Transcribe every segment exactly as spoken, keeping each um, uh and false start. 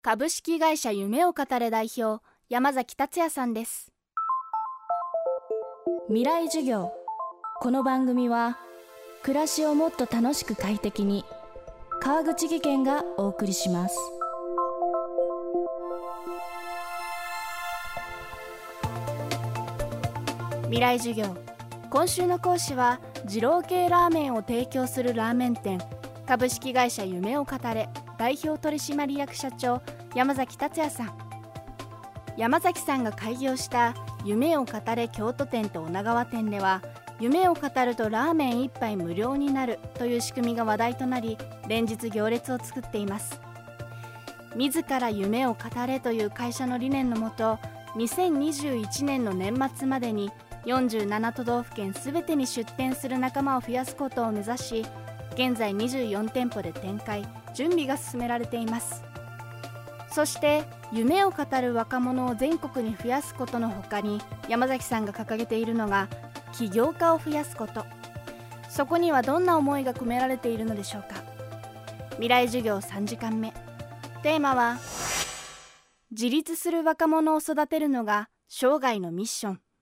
株式会社夢を語れ代表山崎達也さんです。 未来授業。この番組は暮らしをもっと楽しく快適に、川口義賢がお送りします。 未来授業、今週の講師は二郎系ラーメンを提供するラーメン店株式会社夢を語れ代表取締役社長山崎達也さん。山崎さんが開業した夢を語れ京都店と女川店では、夢を語るとラーメン一杯無料になるという仕組みが話題となり、連日行列を作っています。自ら夢を語れという会社の理念のもと、にせんにじゅういちねんの年末までによんじゅうなな都道府県すべてに出店する仲間を増やすことを目指し、現在にじゅうよん店舗で展開、準備が進められています。そして夢を語る若者を全国に増やすことのほかに、山崎さんが掲げているのが起業家を増やすこと。そこにはどんな思いが込められているのでしょうか。未来授業さんじかんめ、テーマは自立する若者を育てるのが生涯のミッション。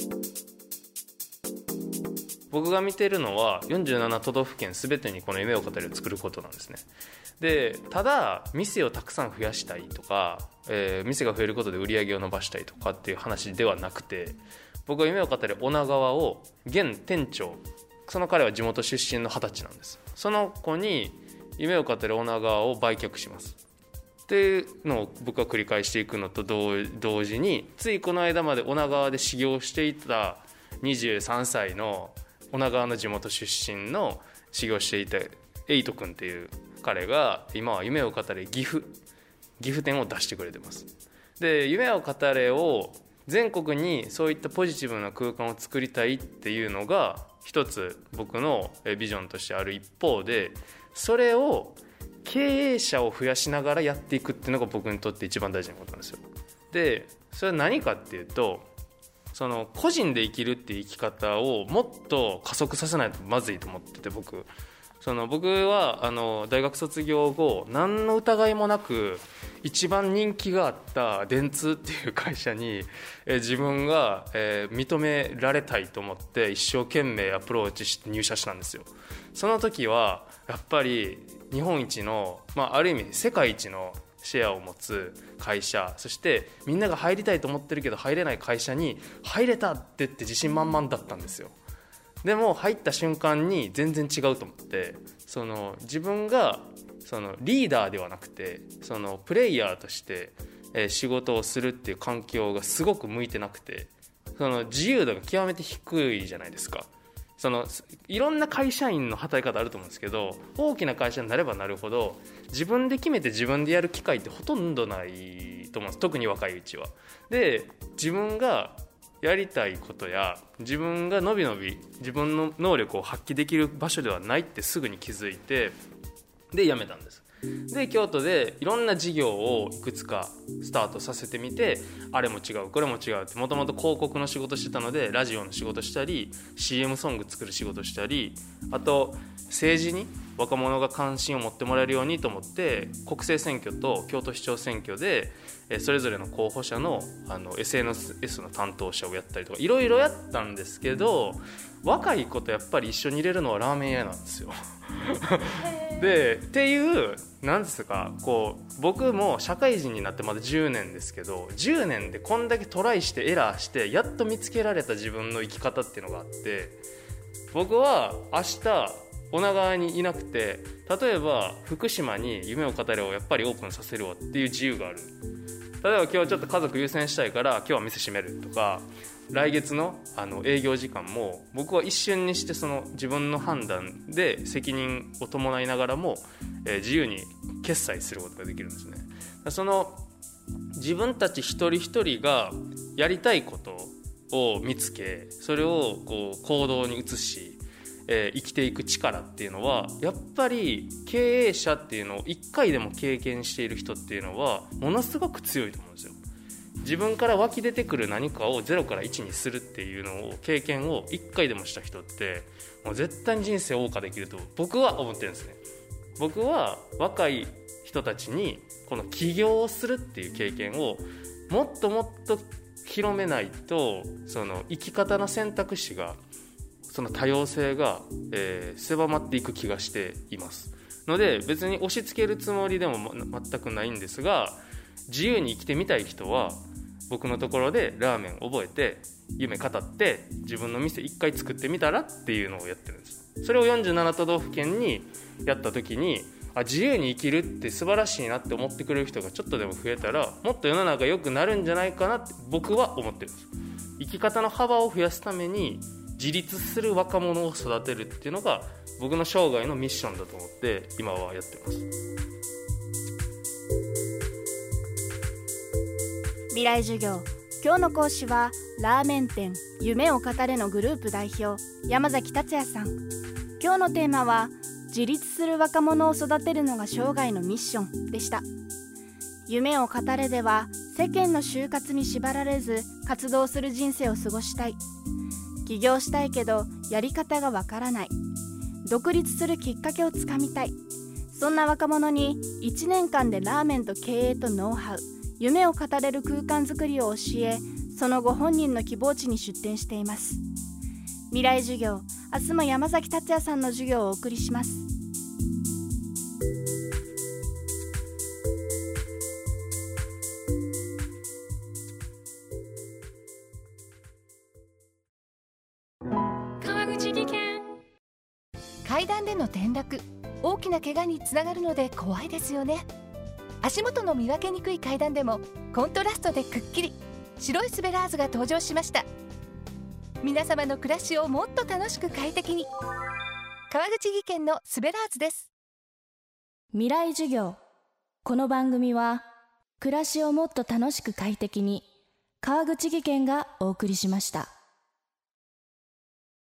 僕が見ているのはよんじゅうなな都道府県すべてにこの夢を語りを作ることなんですね。でただ店をたくさん増やしたいとか、えー、店が増えることで売り上げを伸ばしたいとかっていう話ではなくて、僕は夢を語り女川を現店長、その彼は地元出身の二十歳なんです。その子に夢を語り女川を売却しますっていうのを僕は繰り返していくのと同時に、ついこの間まで女川で修行していたにじゅうさんさいの女川の地元出身の修行していたエイト君っていう彼が今は夢を語れ岐阜岐阜店を出してくれてます。で夢を語れを全国にそういったポジティブな空間を作りたいっていうのが一つ僕のビジョンとしてある一方で、それを経営者を増やしながらやっていくっていうのが僕にとって一番大事なことなんですよ。でそれは何かっていうと、その個人で生きるっていう生き方をもっと加速させないとまずいと思ってて、僕その僕はあの大学卒業後何の疑いもなく一番人気があった電通っていう会社に、え自分が、えー、認められたいと思って一生懸命アプローチして入社したんですよ。その時はやっぱり日本一の、まあ、ある意味世界一のシェアを持つ会社、そしてみんなが入りたいと思ってるけど入れない会社に入れたって言って自信満々だったんですよ。でも入った瞬間に全然違うと思って、その自分がそのリーダーではなくてそのプレイヤーとして仕事をするっていう環境がすごく向いてなくて、その自由度が極めて低いじゃないですか。そのいろんな会社員の働き方あると思うんですけど、大きな会社になればなるほど自分で決めて自分でやる機会ってほとんどないと思うんです。特に若いうちは。で自分がやりたいことや自分がのびのび自分の能力を発揮できる場所ではないってすぐに気づいて、で辞めたんです。で京都でいろんな事業をいくつかスタートさせてみて、あれも違うこれも違うって、もともと広告の仕事してたのでラジオの仕事したり シーエム ソング作る仕事したり、あと政治に若者が関心を持ってもらえるようにと思って国政選挙と京都市長選挙でそれぞれの候補者の、あの エスエヌエス の担当者をやったりとかいろいろやったんですけど、若い子とやっぱり一緒に入れるのはラーメン屋なんですよでっていうなんですか、こう僕も社会人になってまだじゅうねんですけど、じゅうねんでこんだけトライしてエラーしてやっと見つけられた自分の生き方っていうのがあって、僕は明日女川にいなくて、例えば福島に夢を語れをやっぱりオープンさせるわっていう自由がある。例えば今日ちょっと家族優先したいから今日は店閉めるとか、来月 の, あの営業時間も僕は一瞬にしてその自分の判断で責任を伴いながらも、えー、自由に決済することができるんですね。その自分たち一人一人がやりたいことを見つけ、それをこう行動に移し、えー、生きていく力っていうのはやっぱり経営者っていうのを一回でも経験している人っていうのはものすごく強いと思うんですよ。自分から湧き出てくる何かをゼロからいちにするっていうのを経験を一回でもした人ってもう絶対に人生を謳歌できると僕は思ってるんですね。僕は若い人たちにこの起業をするっていう経験をもっともっと広めないと、その生き方の選択肢が、その多様性が、えー、狭まっていく気がしていますので、別に押し付けるつもりでも全くないんですが、自由に生きてみたい人は僕のところでラーメン覚えて夢語って自分の店一回作ってみたらっていうのをやってるんです。それをよんじゅうなな都道府県にやった時に、あ、自由に生きるって素晴らしいなって思ってくれる人がちょっとでも増えたら、もっと世の中良くなるんじゃないかなって僕は思ってるんです。生き方の幅を増やすために自立する若者を育てるっていうのが僕の生涯のミッションだと思って今はやってます。 未来授業、今日の講師はラーメン店夢を語れのグループ代表山崎達也さん。今日のテーマは自立する若者を育てるのが生涯のミッションでした。夢を語れでは世間の就活に縛られず活動する人生を過ごしたい、起業したいけどやり方がわからない、独立するきっかけをつかみたい、そんな若者にいちねんかんでラーメンと経営とノウハウ、夢を語れる空間づくりを教え、その後本人の希望地に出店しています。未来授業、明日も山崎達也さんの授業をお送りします。 川口技研。階段での転落、大きな怪我につながるので怖いですよね。足元の見分けにくい階段でもコントラストでくっきり白いスベラーズが登場しました。皆様の暮らしをもっと楽しく快適に、川口技研のスベラーズです。 未来授業。この番組は暮らしをもっと楽しく快適に、川口技研がお送りしました。